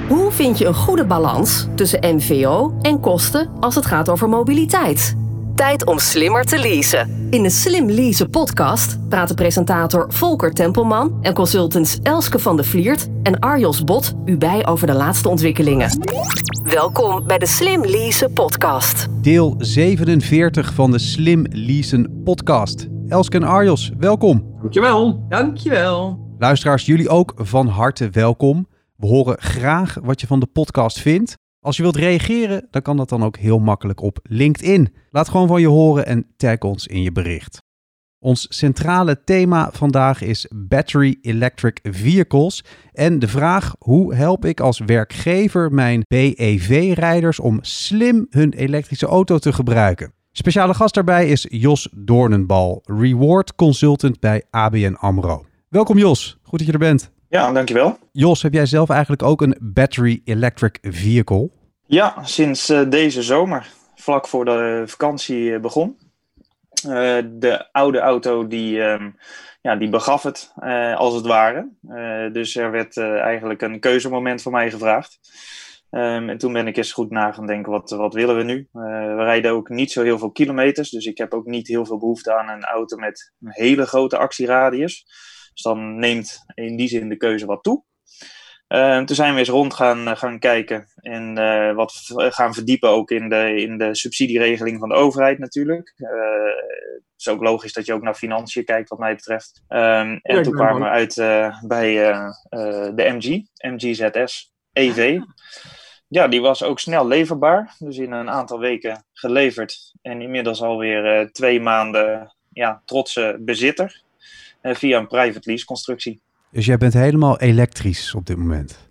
Hoe vind je een goede balans tussen MVO en kosten als het gaat over mobiliteit? Tijd om slimmer te leasen. In de Slim Leasen podcast praten presentator Volker Tempelman en consultants Elske van der Vliert en Arjos Bot u bij over de laatste ontwikkelingen. Welkom bij de Slim Leasen podcast. Deel 47 van de Slim Leasen podcast. Elske en Arjos, welkom. Dankjewel. Luisteraars, jullie ook van harte welkom. We horen graag wat je van de podcast vindt. Als je wilt reageren, dan kan dat dan ook heel makkelijk op LinkedIn. Laat gewoon van je horen en tag ons in je bericht. Ons centrale thema vandaag is Battery Electric Vehicles. En de vraag, hoe help ik als werkgever mijn BEV-rijders om slim hun elektrische auto te gebruiken? Speciale gast daarbij is Jos Doornenbal, Reward Consultant bij ABN AMRO. Welkom Jos, goed dat je er bent. Ja, dankjewel. Jos, heb jij zelf eigenlijk ook een Battery Electric Vehicle? Ja, sinds deze zomer, vlak voor de vakantie begon. De oude auto die begaf het, als het ware. Dus er werd eigenlijk een keuzemoment voor mij gevraagd. En toen ben ik eens goed na gaan denken, wat willen we nu? We rijden ook niet zo heel veel kilometers, dus ik heb ook niet heel veel behoefte aan een auto met een hele grote actieradius. Dus dan neemt in die zin de keuze wat toe. Toen zijn we eens rond gaan kijken en wat gaan verdiepen ook in de subsidieregeling van de overheid natuurlijk. Het is ook logisch dat je ook naar financiën kijkt wat mij betreft. En toen kwamen we uit bij de MG ZS EV. Ja, die was ook snel leverbaar. Dus in een aantal weken geleverd. En inmiddels alweer 2 maanden trotse bezitter. Via een private lease constructie. Dus jij bent helemaal elektrisch op dit moment?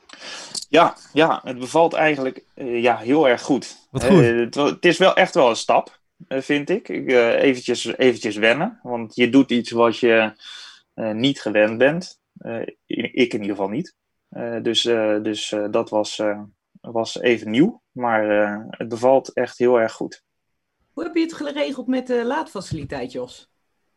Ja, het bevalt eigenlijk heel erg goed. Wat goed. Het is wel echt wel een stap, vind ik. Eventjes wennen. Want je doet iets wat je niet gewend bent. Ik in ieder geval niet. Dus dat was even nieuw. Maar het bevalt echt heel erg goed. Hoe heb je het geregeld met de laadfaciliteit, Jos?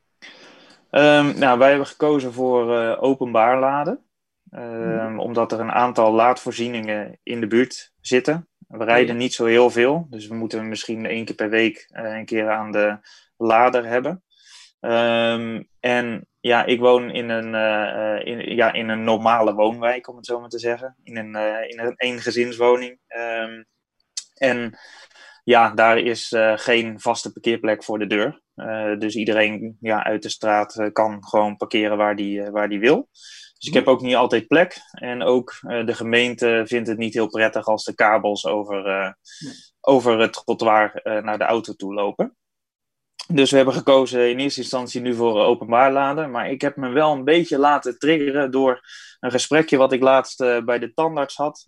Wij hebben gekozen voor openbaar laden. Omdat er een aantal laadvoorzieningen in de buurt zitten. We rijden niet zo heel veel. Dus we moeten misschien 1 keer per week een keer aan de lader hebben. Ik woon in een normale woonwijk, om het zo maar te zeggen. In een eengezinswoning. Daar is geen vaste parkeerplek voor de deur. Dus iedereen uit de straat kan gewoon parkeren waar die wil. Dus ik heb ook niet altijd plek. En ook de gemeente vindt het niet heel prettig als de kabels over het trottoir naar de auto toe lopen. Dus we hebben gekozen in eerste instantie nu voor openbaar laden. Maar ik heb me wel een beetje laten triggeren door een gesprekje wat ik laatst bij de tandarts had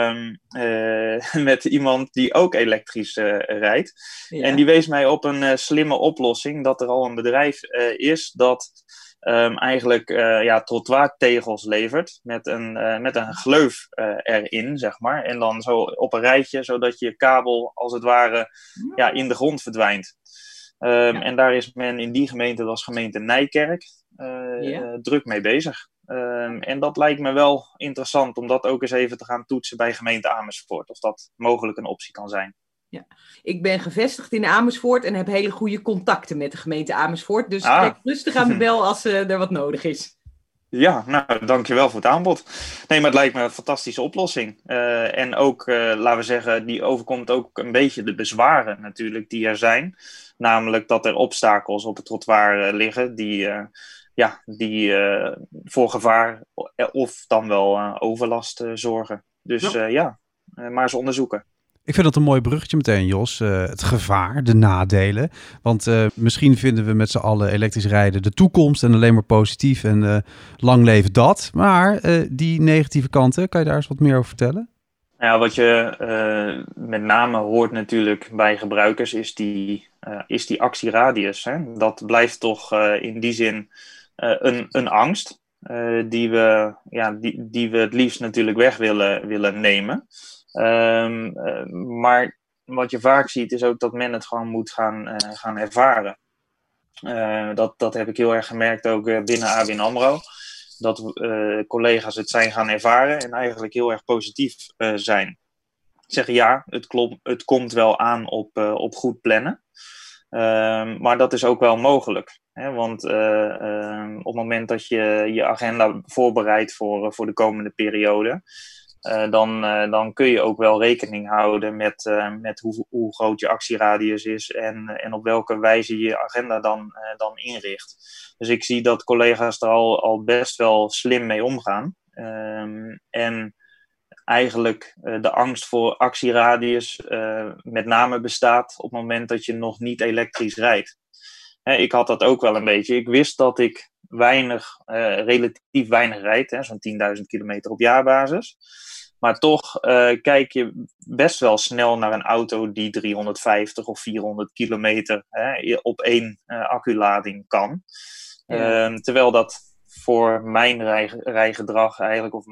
met iemand die ook elektrisch rijdt. Ja. En die wees mij op een slimme oplossing dat er al een bedrijf is dat trottoirtegels levert met een gleuf erin, zeg maar. En dan zo op een rijtje, zodat je kabel als het ware in de grond verdwijnt. En daar is men in die gemeente, dat was gemeente Nijkerk, druk mee bezig. En dat lijkt me wel interessant om dat ook eens even te gaan toetsen bij gemeente Amersfoort. Of dat mogelijk een optie kan zijn. Ja. Ik ben gevestigd in Amersfoort en heb hele goede contacten met de gemeente Amersfoort. Dus trek rustig aan de bel als er wat nodig is. Ja, dankjewel voor het aanbod. Nee, maar het lijkt me een fantastische oplossing. En ook, laten we zeggen, die overkomt ook een beetje de bezwaren natuurlijk die er zijn. Namelijk dat er obstakels op het trottoir liggen die voor gevaar of dan wel overlast zorgen. Dus maar eens onderzoeken. Ik vind dat een mooi bruggetje meteen, Jos. Het gevaar, de nadelen. Want misschien vinden we met z'n allen elektrisch rijden de toekomst en alleen maar positief en lang leven dat. Maar die negatieve kanten, kan je daar eens wat meer over vertellen? Ja, wat je met name hoort natuurlijk bij gebruikers is die actieradius. Hè? Dat blijft toch in die zin een angst die we het liefst natuurlijk weg willen nemen. Maar wat je vaak ziet is ook dat men het gewoon moet gaan ervaren. Dat heb ik heel erg gemerkt ook binnen ABN AMRO. dat collega's het zijn gaan ervaren en eigenlijk heel erg positief zijn. Zeggen ja, het komt wel aan op goed plannen. Maar dat is ook wel mogelijk. Hè? Want op het moment dat je je agenda voorbereidt voor de komende periode, dan kun je ook wel rekening houden met hoe groot je actieradius is en op welke wijze je agenda dan inricht. Dus ik zie dat collega's er al best wel slim mee omgaan. En eigenlijk de angst voor actieradius met name bestaat op het moment dat je nog niet elektrisch rijdt. Ik had dat ook wel een beetje. Ik wist dat ik relatief weinig rijd, zo'n 10.000 kilometer op jaarbasis. Maar toch kijk je best wel snel naar een auto die 350 of 400 kilometer op één acculading kan. Ja. Terwijl dat voor mijn rijgedrag eigenlijk, of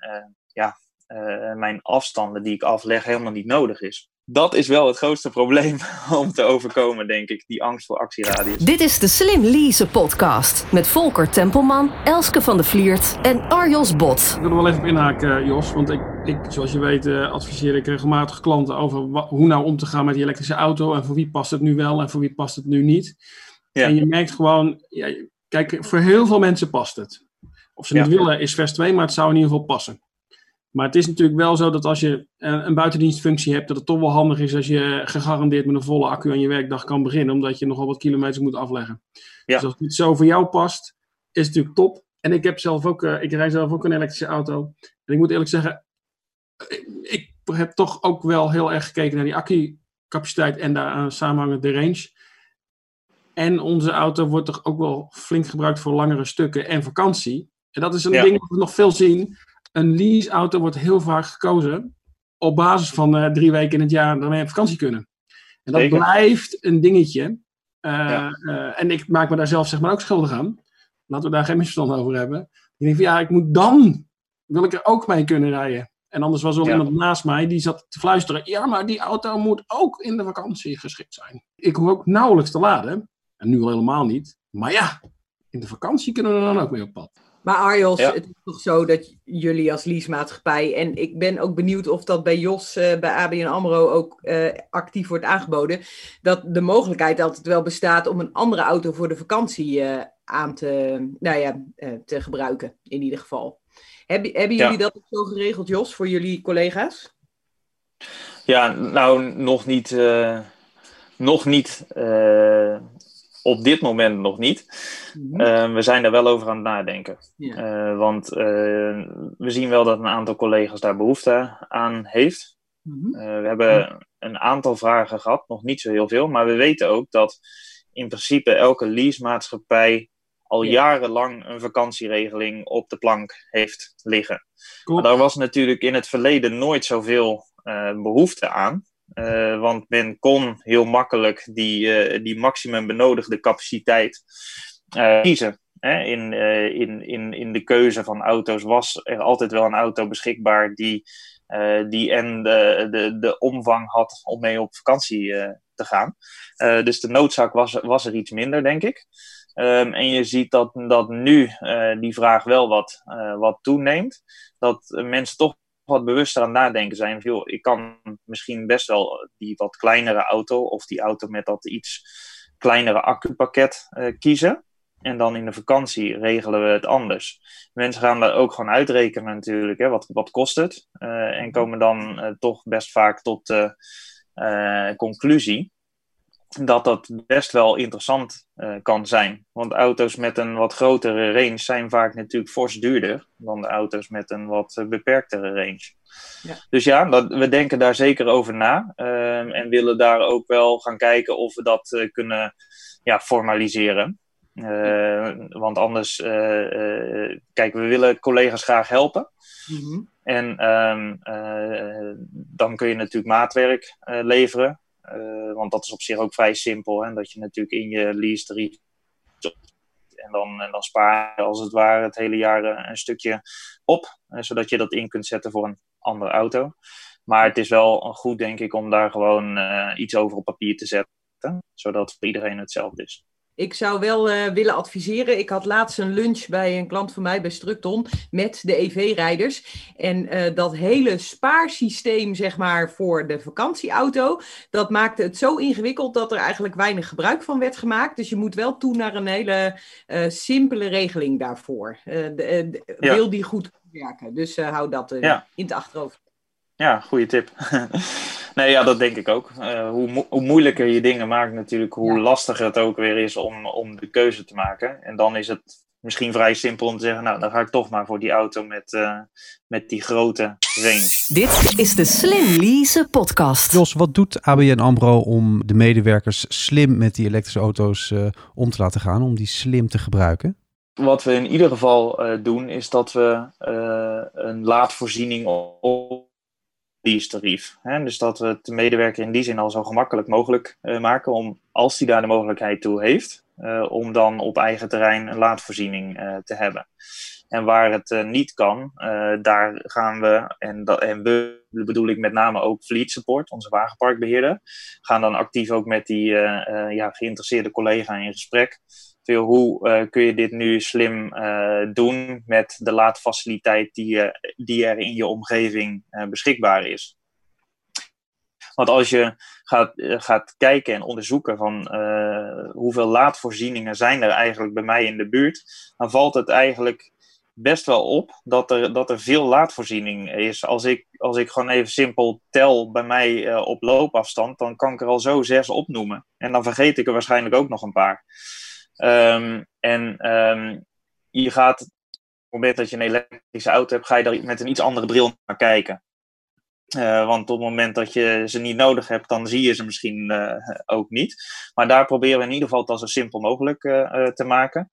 mijn afstanden die ik afleg, helemaal niet nodig is. Dat is wel het grootste probleem om te overkomen, denk ik, die angst voor actieradius. Dit is de Slim Leasen podcast met Volker Tempelman, Elske van de Vliert en Arjos Bot. Ik wil er wel even op inhaken, Jos, want ik zoals je weet, adviseer ik regelmatig klanten over hoe nou om te gaan met die elektrische auto en voor wie past het nu wel en voor wie past het nu niet. Ja. En je merkt gewoon, kijk, voor heel veel mensen past het. Of ze niet willen is vers 2, maar het zou in ieder geval passen. Maar het is natuurlijk wel zo dat als je een buitendienstfunctie hebt, dat het toch wel handig is als je gegarandeerd met een volle accu aan je werkdag kan beginnen, omdat je nogal wat kilometers moet afleggen. Ja. Dus als het zo voor jou past, is het natuurlijk top. En ik rijd zelf ook een elektrische auto. En ik moet eerlijk zeggen, ik heb toch ook wel heel erg gekeken naar die accucapaciteit en daaraan samenhangend de range. En onze auto wordt toch ook wel flink gebruikt voor langere stukken en vakantie. En dat is een ding dat we nog veel zien. Een leaseauto wordt heel vaak gekozen op basis van 3 weken in het jaar dat we op vakantie kunnen. En dat blijft een dingetje. En ik maak me daar zelf zeg maar ook schuldig aan. Laten we daar geen misverstand over hebben. Ik denk van wil ik er ook mee kunnen rijden. En anders was er wel iemand naast mij die zat te fluisteren. Ja, maar die auto moet ook in de vakantie geschikt zijn. Ik hoef ook nauwelijks te laden. En nu al helemaal niet. Maar in de vakantie kunnen we er dan ook mee op pad. Maar Arjos, het is toch zo dat jullie als leasemaatschappij, en ik ben ook benieuwd of dat bij Jos, bij ABN AMRO ook actief wordt aangeboden, dat de mogelijkheid altijd wel bestaat om een andere auto voor de vakantie te gebruiken, in ieder geval. Hebben jullie dat ook zo geregeld, Jos, voor jullie collega's? Ja, nou, nog niet. Op dit moment nog niet. Mm-hmm. We zijn daar wel over aan het nadenken. Ja. Want we zien wel dat een aantal collega's daar behoefte aan heeft. Mm-hmm. We hebben een aantal vragen gehad, nog niet zo heel veel. Maar we weten ook dat in principe elke leasemaatschappij al jarenlang een vakantieregeling op de plank heeft liggen. Cool. Maar daar was natuurlijk in het verleden nooit zoveel behoefte aan. Want men kon heel makkelijk die maximum benodigde capaciteit kiezen. In de keuze van auto's was er altijd wel een auto beschikbaar die de omvang had om mee op vakantie te gaan. Dus de noodzaak was er iets minder, denk ik. En je ziet dat nu die vraag wel wat toeneemt. Dat mensen toch wat bewuster aan nadenken zijn. Joh, ik kan misschien best wel die wat kleinere auto of die auto met dat iets kleinere accupakket kiezen. En dan in de vakantie regelen we het anders. Mensen gaan daar ook gewoon uitrekenen natuurlijk. Hè, wat kost het? En komen dan toch best vaak tot de conclusie dat best wel interessant kan zijn. Want auto's met een wat grotere range zijn vaak natuurlijk fors duurder dan de auto's met een wat beperktere range. Ja. Dus we denken daar zeker over na. En willen daar ook wel gaan kijken of we dat kunnen formaliseren. Want anders, kijk, we willen collega's graag helpen. Mm-hmm. En dan kun je natuurlijk maatwerk leveren. Want dat is op zich ook vrij simpel. Hè? Dat je natuurlijk in je lease tarief en dan spaar je als het ware het hele jaar een stukje op. Zodat je dat in kunt zetten voor een andere auto. Maar het is wel goed, denk ik, om daar gewoon iets over op papier te zetten. Zodat voor iedereen hetzelfde is. Ik zou wel willen adviseren. Ik had laatst een lunch bij een klant van mij bij Structon met de EV-rijders. En dat hele spaarsysteem, zeg maar, voor de vakantieauto, dat maakte het zo ingewikkeld dat er eigenlijk weinig gebruik van werd gemaakt. Dus je moet wel toe naar een hele simpele regeling daarvoor. Wil die goed werken. Dus hou dat in het achterhoofd. Ja, goede tip. Nee, ja, dat denk ik ook. Hoe moeilijker je dingen maakt natuurlijk, hoe lastiger het ook weer is om de keuze te maken. En dan is het misschien vrij simpel om te zeggen, nou, dan ga ik toch maar voor die auto met die grote range. Dit is de Slim Leasen podcast. Jos, wat doet ABN AMRO om de medewerkers slim met die elektrische auto's om te laten gaan, om die slim te gebruiken? Wat we in ieder geval doen, is dat we een laadvoorziening op leasetarief. Dus dat we het de medewerker in die zin al zo gemakkelijk mogelijk maken, om, als hij daar de mogelijkheid toe heeft, om dan op eigen terrein een laadvoorziening te hebben. En waar het niet kan, daar gaan we, en we bedoel ik met name ook Fleet Support, onze wagenparkbeheerder, gaan dan actief ook met die geïnteresseerde collega in gesprek. Hoe kun je dit nu slim doen met de laadfaciliteit die er in je omgeving beschikbaar is. Want als je gaat kijken en onderzoeken van hoeveel laadvoorzieningen zijn er eigenlijk bij mij in de buurt, dan valt het eigenlijk best wel op dat er veel laadvoorziening is. Als ik gewoon even simpel tel bij mij op loopafstand, dan kan ik er al zo 6 opnoemen. En dan vergeet ik er waarschijnlijk ook nog een paar. Je gaat, op het moment dat je een elektrische auto hebt, ga je daar met een iets andere bril naar kijken. Want op het moment dat je ze niet nodig hebt, dan zie je ze misschien ook niet. Maar daar proberen we in ieder geval het zo simpel mogelijk te maken.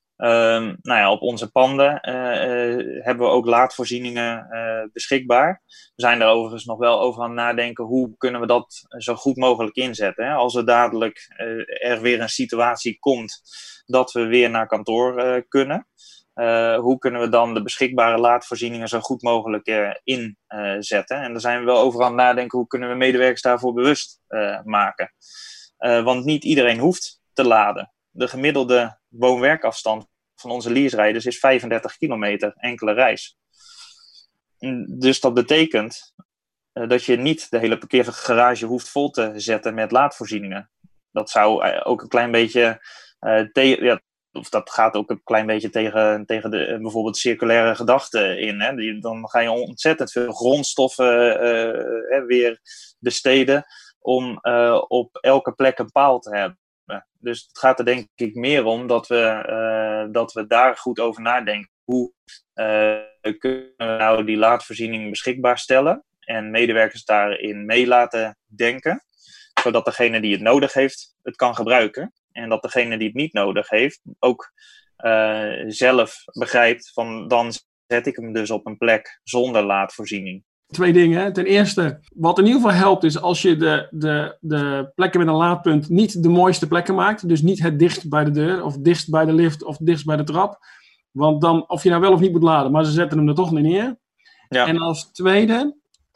Op onze panden hebben we ook laadvoorzieningen beschikbaar. We zijn er overigens nog wel over aan het nadenken, hoe kunnen we dat zo goed mogelijk inzetten. Hè? Als er dadelijk er weer een situatie komt dat we weer naar kantoor kunnen. Hoe kunnen we dan de beschikbare laadvoorzieningen zo goed mogelijk inzetten? En daar zijn we wel over aan het nadenken, hoe kunnen we medewerkers daarvoor bewust maken. Want niet iedereen hoeft te laden. De gemiddelde woon-werkafstand van onze leaserijders is 35 kilometer, enkele reis. Dus dat betekent dat je niet de hele parkeergarage hoeft vol te zetten met laadvoorzieningen. Dat zou ook een klein beetje of dat gaat ook een klein beetje tegen de bijvoorbeeld circulaire gedachte in. Hè? Dan ga je ontzettend veel grondstoffen weer besteden om op elke plek een paal te hebben. Dus het gaat er denk ik meer om dat we daar goed over nadenken. Hoe kunnen we nou die laadvoorziening beschikbaar stellen en medewerkers daarin mee laten denken, zodat degene die het nodig heeft het kan gebruiken. En dat degene die het niet nodig heeft ook zelf begrijpt van, dan zet ik hem dus op een plek zonder laadvoorziening. 2 dingen. Ten eerste, wat in ieder geval helpt is als je de plekken met een laadpunt niet de mooiste plekken maakt. Dus niet het dichtst bij de deur of dichtst bij de lift of dichtst bij de trap. Want dan, of je nou wel of niet moet laden, maar ze zetten hem er toch niet neer. Ja. En als tweede,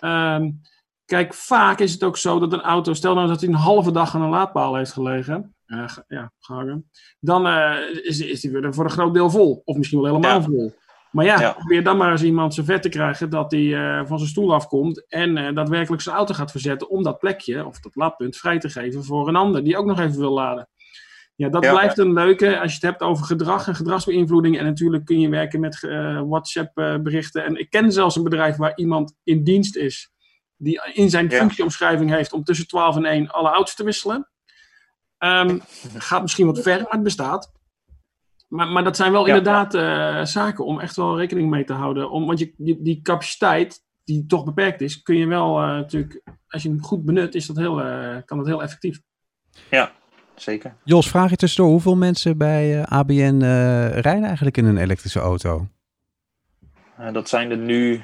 kijk, vaak is het ook zo dat een auto, stel nou dat hij een halve dag aan een laadpaal heeft gelegen, gehangen, dan is die weer voor een groot deel vol. Of misschien wel helemaal vol. Maar probeer dan maar eens iemand zover te krijgen dat hij van zijn stoel afkomt en daadwerkelijk zijn auto gaat verzetten om dat plekje, of dat laadpunt, vrij te geven voor een ander die ook nog even wil laden. Ja, dat blijft een leuke, als je het hebt over gedrag en gedragsbeïnvloeding. En natuurlijk kun je werken met WhatsApp-berichten. En ik ken zelfs een bedrijf waar iemand in dienst is, die in zijn functieomschrijving heeft om tussen 12 en 1 alle auto's te wisselen. Gaat misschien wat ver, maar het bestaat. Maar dat zijn wel inderdaad zaken om echt wel rekening mee te houden. Want die capaciteit, die toch beperkt is, kun je wel natuurlijk, als je hem goed benut, is dat kan dat heel effectief. Ja, zeker. Jos, vraag je tussendoor, hoeveel mensen bij ABN rijden eigenlijk in een elektrische auto? Dat zijn er nu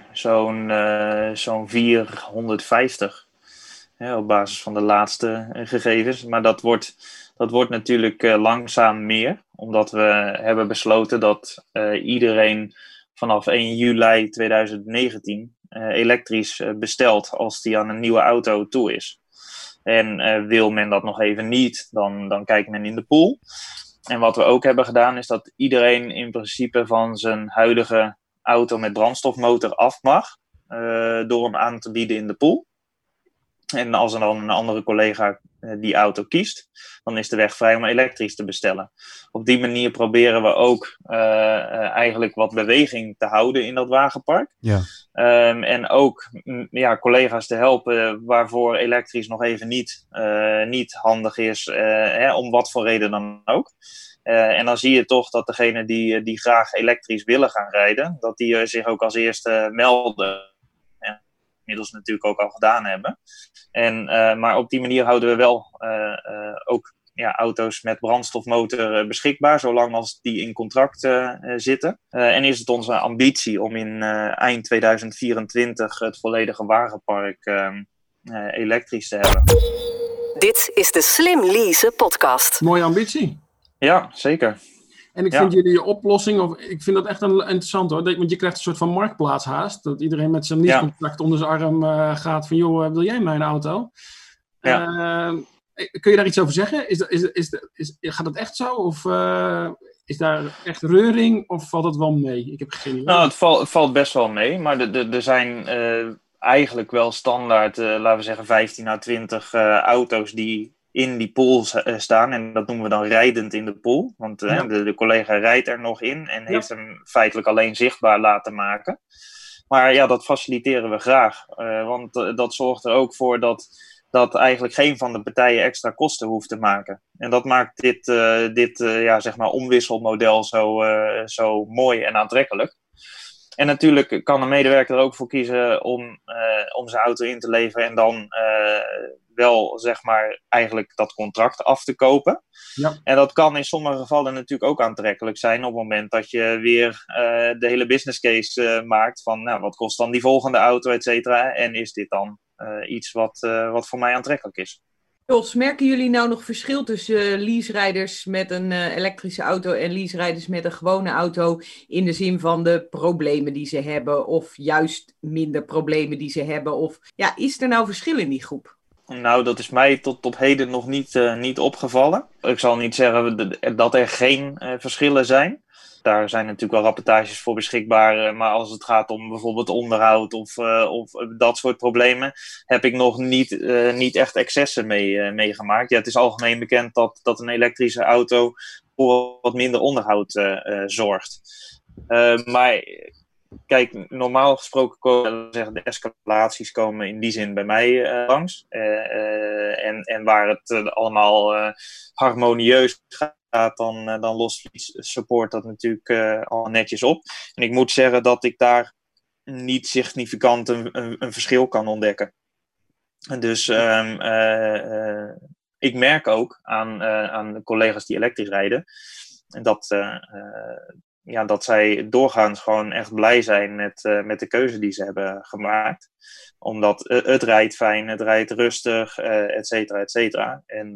zo'n 450. Op basis van de laatste gegevens. Maar dat wordt natuurlijk langzaam meer. Omdat we hebben besloten dat iedereen vanaf 1 juli 2019 elektrisch bestelt als die aan een nieuwe auto toe is. En wil men dat nog even niet, dan kijkt men in de pool. En wat we ook hebben gedaan is dat iedereen in principe van zijn huidige auto met brandstofmotor af mag. Door hem aan te bieden in de pool. En als er dan een andere collega die auto kiest, dan is de weg vrij om elektrisch te bestellen. Op die manier proberen we ook eigenlijk wat beweging te houden in dat wagenpark. Ja. En ook collega's te helpen waarvoor elektrisch nog even niet handig is, om wat voor reden dan ook. En dan zie je toch dat degenen die graag elektrisch willen gaan rijden, dat die zich ook als eerste melden. Inmiddels natuurlijk ook al gedaan hebben. Maar op die manier houden we wel ook auto's met brandstofmotor beschikbaar, zolang als die in contract zitten. En is het onze ambitie om in eind 2024 het volledige wagenpark elektrisch te hebben. Dit is de Slim Leasen podcast. Mooie ambitie. Ja, zeker. En ik vind jullie oplossing, ik vind dat echt interessant hoor, want je krijgt een soort van marktplaatshaast, dat iedereen met zijn leasecontract onder zijn arm gaat van, joh, wil jij mijn auto? Ja. Kun je daar iets over zeggen? Gaat dat echt zo? Of is daar echt reuring? Of valt het wel mee? Ik heb geen idee. Nou, het valt best wel mee, maar er zijn eigenlijk wel standaard, laten we zeggen 15 à 20 auto's die in die pool staan. En dat noemen we dan rijdend in de pool. Want de collega rijdt er nog in en heeft hem feitelijk alleen zichtbaar laten maken. Maar ja, dat faciliteren we graag. Want dat zorgt er ook voor dat eigenlijk geen van de partijen extra kosten hoeft te maken. En dat maakt dit zeg maar omwisselmodel zo mooi en aantrekkelijk. En natuurlijk kan een medewerker er ook voor kiezen om zijn auto in te leveren en dan wel zeg maar eigenlijk dat contract af te kopen. Ja. En dat kan in sommige gevallen natuurlijk ook aantrekkelijk zijn op het moment dat je weer de hele business case maakt van wat kost dan die volgende auto, et cetera. En is dit dan iets wat voor mij aantrekkelijk is. Jos, merken jullie nou nog verschil tussen leaserijders met een elektrische auto en leaserijders met een gewone auto in de zin van de problemen die ze hebben of juist minder problemen die ze hebben? Of is er nou verschil in die groep? Nou, dat is mij tot op heden nog niet opgevallen. Ik zal niet zeggen dat er geen verschillen zijn. Daar zijn natuurlijk wel rapportages voor beschikbaar. Maar als het gaat om bijvoorbeeld onderhoud of dat soort problemen, heb ik nog niet echt excessen meegemaakt. Ja, het is algemeen bekend dat een elektrische auto voor wat minder onderhoud zorgt. Maar kijk, normaal gesproken de escalaties komen in die zin bij mij langs. En waar het allemaal harmonieus gaat, dan lost support dat natuurlijk al netjes op. En ik moet zeggen dat ik daar niet significant een verschil kan ontdekken. Dus ik merk ook aan de collega's die elektrisch rijden dat zij doorgaans gewoon echt blij zijn met de keuze die ze hebben gemaakt. Omdat het rijdt fijn, het rijdt rustig, et cetera, et cetera. En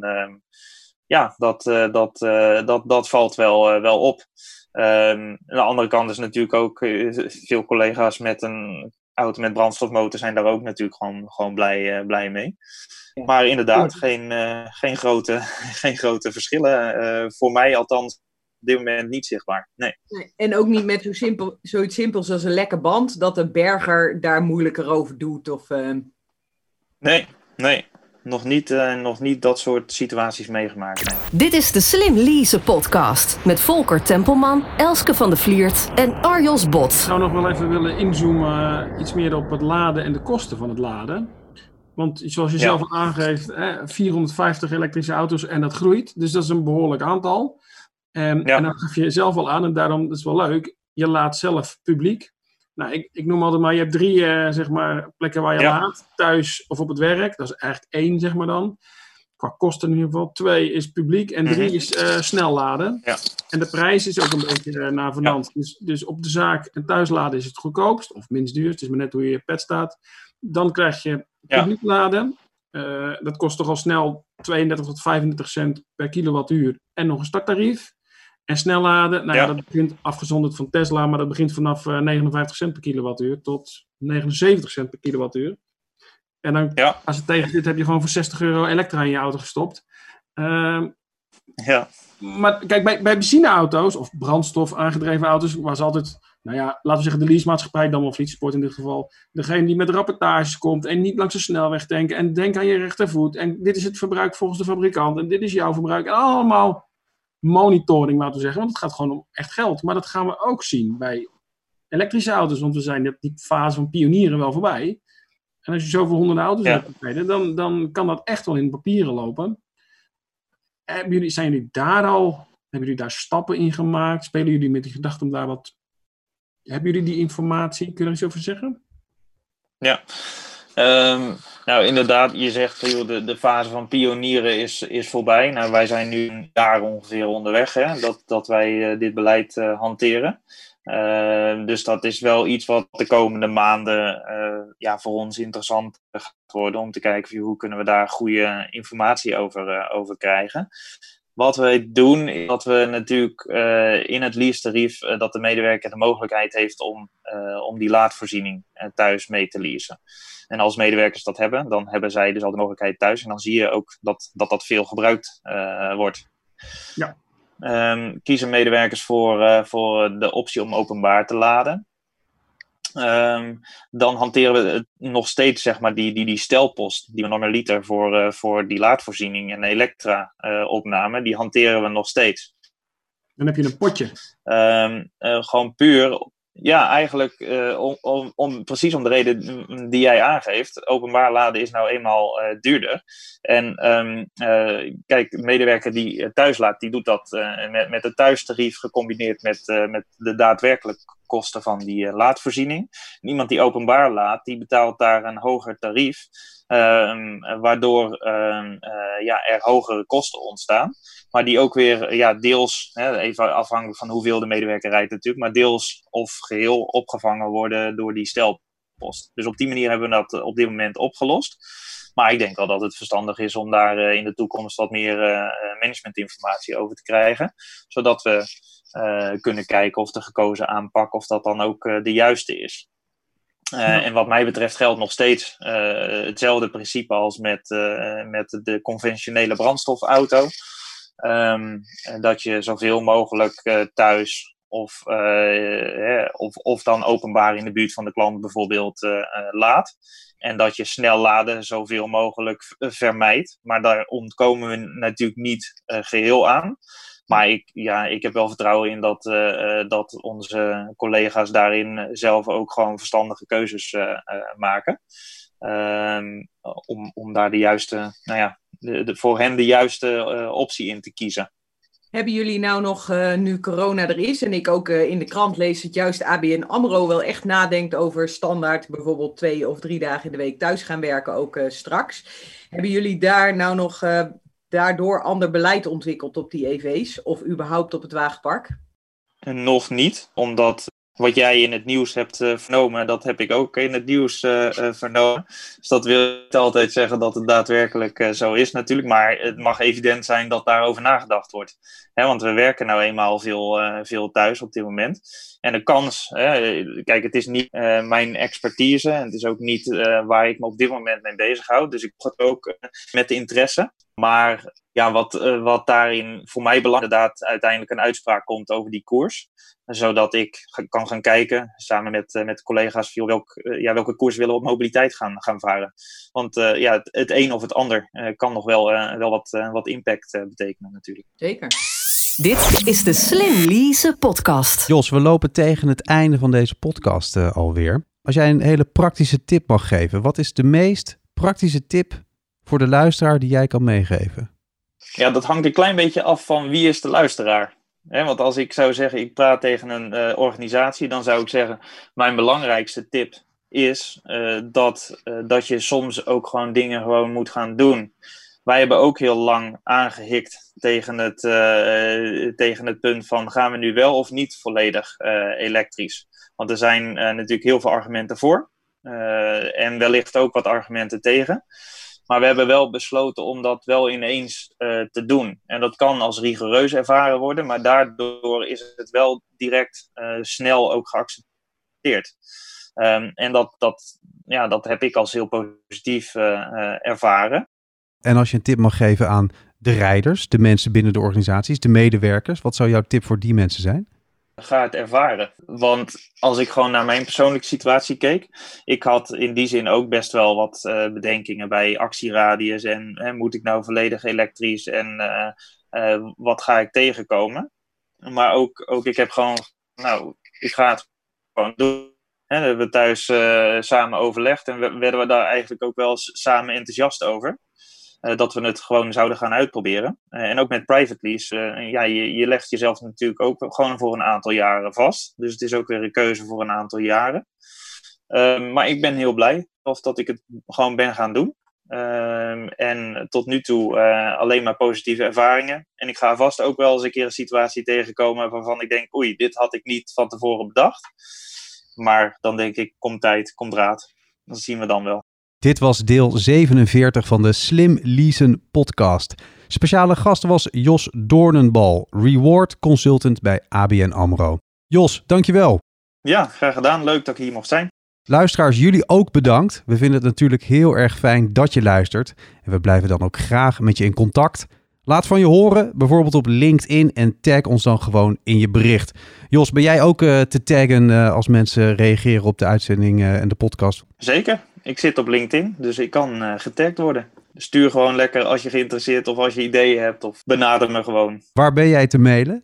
dat valt wel op. Aan de andere kant is natuurlijk ook veel collega's met een auto met brandstofmotor zijn daar ook natuurlijk gewoon blij mee. Ja. Maar inderdaad, geen grote verschillen. Voor mij althans op dit moment niet zichtbaar. Nee. En ook niet met zoiets simpels als een lekke band, dat de berger daar moeilijker over doet? Of, Nee. Nog niet dat soort situaties meegemaakt. Nee. Dit is de Slim Leasen podcast met Volker Tempelman, Elske van de Vliert en Arjos Bot. Ik zou nog wel even willen inzoomen iets meer op het laden en de kosten van het laden. Want zoals je zelf al aangeeft, 450 elektrische auto's en dat groeit. Dus dat is een behoorlijk aantal. En dan gaf je zelf al aan, en daarom dat is wel leuk, je laat zelf publiek. Nou, ik noem altijd maar, je hebt 3 plekken waar je laat, thuis of op het werk. Dat is eigenlijk 1, zeg maar dan. Qua kosten in ieder geval. 2 is publiek en 3 is snel laden. Ja. En de prijs is ook een beetje navenant. Ja. Dus op de zaak en thuis laden is het goedkoopst, of minst duur. Het is maar net hoe je pet staat. Dan krijg je publiek laden. Dat kost toch al snel 32 tot 35 cent per kilowattuur en nog een starttarief. En snel laden, dat begint afgezonderd van Tesla, maar dat begint vanaf 59 cent per kilowattuur tot 79 cent per kilowattuur. En dan, als het tegen zit, heb je gewoon voor €60 elektra in je auto gestopt. Ja. Maar kijk, bij benzineauto's of brandstof aangedreven auto's was altijd, laten we zeggen de leasemaatschappij, dan wel Fietsport in dit geval, degene die met rapportages komt en niet langs de snelweg denken en denk aan je rechtervoet en dit is het verbruik volgens de fabrikant en dit is jouw verbruik en allemaal monitoring, laten we zeggen, want het gaat gewoon om echt geld. Maar dat gaan we ook zien bij elektrische auto's, want we zijn die fase van pionieren wel voorbij. En als je zoveel honderden auto's hebt rijden, dan kan dat echt wel in papieren lopen. Hebben jullie daar stappen in gemaakt? Spelen jullie met die gedachte om daar wat... Hebben jullie die informatie? Kun je er iets over zeggen? Ja, nou inderdaad, je zegt de fase van pionieren is voorbij. Nou, wij zijn nu een jaar ongeveer onderweg dat wij dit beleid hanteren. Dus dat is wel iets wat de komende maanden voor ons interessant gaat worden. Om te kijken hoe kunnen we daar goede informatie over krijgen. Wat we doen is dat we natuurlijk in het leasetarief dat de medewerker de mogelijkheid heeft om die laadvoorziening thuis mee te leasen. En als medewerkers dat hebben, dan hebben zij dus al de mogelijkheid thuis. En dan zie je ook dat veel gebruikt wordt. Ja. Kiezen medewerkers voor de optie om openbaar te laden. Dan hanteren we het nog steeds, zeg maar, die stelpost die we normaliter voor die laadvoorziening en elektra-opname, die hanteren we nog steeds. Dan heb je een potje. Gewoon puur, ja, eigenlijk precies om de reden die jij aangeeft. Openbaar laden is nou eenmaal duurder. En kijk, een medewerker die thuis laat, die doet dat met het thuistarief gecombineerd met de daadwerkelijke kosten van die laadvoorziening. En iemand die openbaar laat, die betaalt daar een hoger tarief. Waardoor er hogere kosten ontstaan. Maar die ook weer deels, even afhankelijk van hoeveel de medewerker rijdt natuurlijk, maar deels of geheel opgevangen worden door die stelpost. Dus op die manier hebben we dat op dit moment opgelost. Maar ik denk wel dat het verstandig is om daar in de toekomst wat meer managementinformatie over te krijgen. Zodat we kunnen kijken of de gekozen aanpak, of dat dan ook de juiste is. En wat mij betreft geldt nog steeds hetzelfde principe als met de conventionele brandstofauto. Dat je zoveel mogelijk thuis of dan openbaar in de buurt van de klant bijvoorbeeld laat. En dat je snel laden zoveel mogelijk vermijdt. Maar daar ontkomen we natuurlijk niet geheel aan. Maar ik heb wel vertrouwen in dat onze collega's daarin zelf ook gewoon verstandige keuzes maken. Om daar de juiste, voor hen de juiste optie in te kiezen. Hebben jullie nou nog, nu corona er is en ik ook in de krant lees dat juist ABN AMRO wel echt nadenkt over standaard bijvoorbeeld 2 of 3 dagen in de week thuis gaan werken, ook straks. Hebben jullie daar nou nog daardoor ander beleid ontwikkeld op die EV's of überhaupt op het wagenpark? Nog niet, omdat wat jij in het nieuws hebt vernomen, dat heb ik ook in het nieuws vernomen. Dus dat wil niet altijd zeggen dat het daadwerkelijk zo is natuurlijk. Maar het mag evident zijn dat daarover nagedacht wordt. Want we werken nou eenmaal veel thuis op dit moment. En de kans, kijk, het is niet mijn expertise. En het is ook niet waar ik me op dit moment mee bezighoud. Dus ik ga het ook met de interesse. Maar ja, wat daarin voor mij belangrijk is, inderdaad uiteindelijk een uitspraak komt over die koers. Zodat ik kan gaan kijken, samen met collega's, welke koers willen we op mobiliteit gaan varen. Want het een of het ander kan nog wel wat impact betekenen natuurlijk. Zeker. Dit is de Slim Leasen podcast. Jos, we lopen tegen het einde van deze podcast alweer. Als jij een hele praktische tip mag geven, wat is de meest praktische tip voor de luisteraar die jij kan meegeven? Ja, dat hangt een klein beetje af van wie is de luisteraar. Want als ik zou zeggen, ik praat tegen een organisatie, dan zou ik zeggen, mijn belangrijkste tip is dat je soms ook gewoon dingen gewoon moet gaan doen. Wij hebben ook heel lang aangehikt tegen het punt van, gaan we nu wel of niet volledig elektrisch? Want er zijn natuurlijk heel veel argumenten voor en wellicht ook wat argumenten tegen. Maar we hebben wel besloten om dat wel ineens te doen. En dat kan als rigoureus ervaren worden, maar daardoor is het wel direct snel ook geaccepteerd. En dat heb ik als heel positief ervaren. En als je een tip mag geven aan de rijders, de mensen binnen de organisaties, de medewerkers? Wat zou jouw tip voor die mensen zijn? Ga het ervaren. Want als ik gewoon naar mijn persoonlijke situatie keek, ik had in die zin ook best wel wat bedenkingen bij actieradius en moet ik nou volledig elektrisch en wat ga ik tegenkomen? Maar ook ik heb gewoon, ik ga het gewoon doen. Dat hebben we thuis samen overlegd en werden we daar eigenlijk ook wel samen enthousiast over. Dat we het gewoon zouden gaan uitproberen. En ook met private lease. Je legt jezelf natuurlijk ook gewoon voor een aantal jaren vast. Dus het is ook weer een keuze voor een aantal jaren. Maar ik ben heel blij dat ik het gewoon ben gaan doen. En tot nu toe alleen maar positieve ervaringen. En ik ga vast ook wel eens een keer een situatie tegenkomen waarvan ik denk, oei, dit had ik niet van tevoren bedacht. Maar dan denk ik, komt tijd, komt raad. Dat zien we dan wel. Dit was deel 47 van de Slim Leasen podcast. Speciale gast was Jos Doornenbal, Reward Consultant bij ABN AMRO. Jos, dankjewel. Ja, graag gedaan. Leuk dat ik hier mocht zijn. Luisteraars, jullie ook bedankt. We vinden het natuurlijk heel erg fijn dat je luistert. En we blijven dan ook graag met je in contact. Laat van je horen, bijvoorbeeld op LinkedIn en tag ons dan gewoon in je bericht. Jos, ben jij ook te taggen als mensen reageren op de uitzending en de podcast? Zeker. Ik zit op LinkedIn, dus ik kan getagd worden. Stuur gewoon lekker als je geïnteresseerd of als je ideeën hebt of benader me gewoon. Waar ben jij te mailen?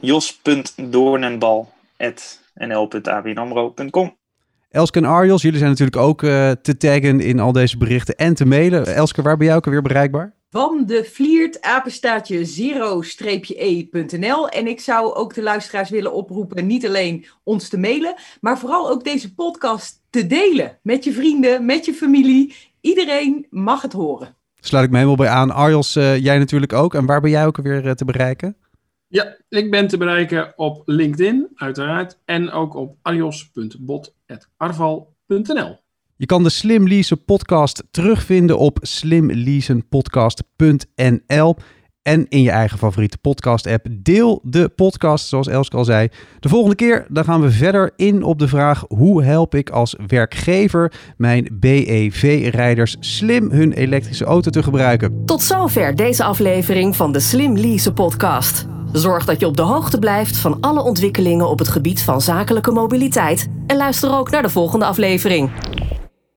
jos.doornenbal@nl.abnamro.com. Elske en Arjos, jullie zijn natuurlijk ook te taggen in al deze berichten en te mailen. Elske, waar ben jij ook alweer bereikbaar? Van de Vliert, apenstaartje 0-e.nl. En ik zou ook de luisteraars willen oproepen niet alleen ons te mailen, maar vooral ook deze podcast te delen met je vrienden, met je familie. Iedereen mag het horen. Sluit ik me helemaal bij aan. Arjos, jij natuurlijk ook. En waar ben jij ook alweer te bereiken? Ja, ik ben te bereiken op LinkedIn, uiteraard. En ook op arjos.bot@arval.nl. Je kan de Slim Leasen podcast terugvinden op slimleasenpodcast.nl en in je eigen favoriete podcast app. Deel de podcast, zoals Elske al zei. De volgende keer dan gaan we verder in op de vraag: hoe help ik als werkgever mijn BEV-rijders slim hun elektrische auto te gebruiken? Tot zover deze aflevering van de Slim Leasen podcast. Zorg dat je op de hoogte blijft van alle ontwikkelingen op het gebied van zakelijke mobiliteit. En luister ook naar de volgende aflevering.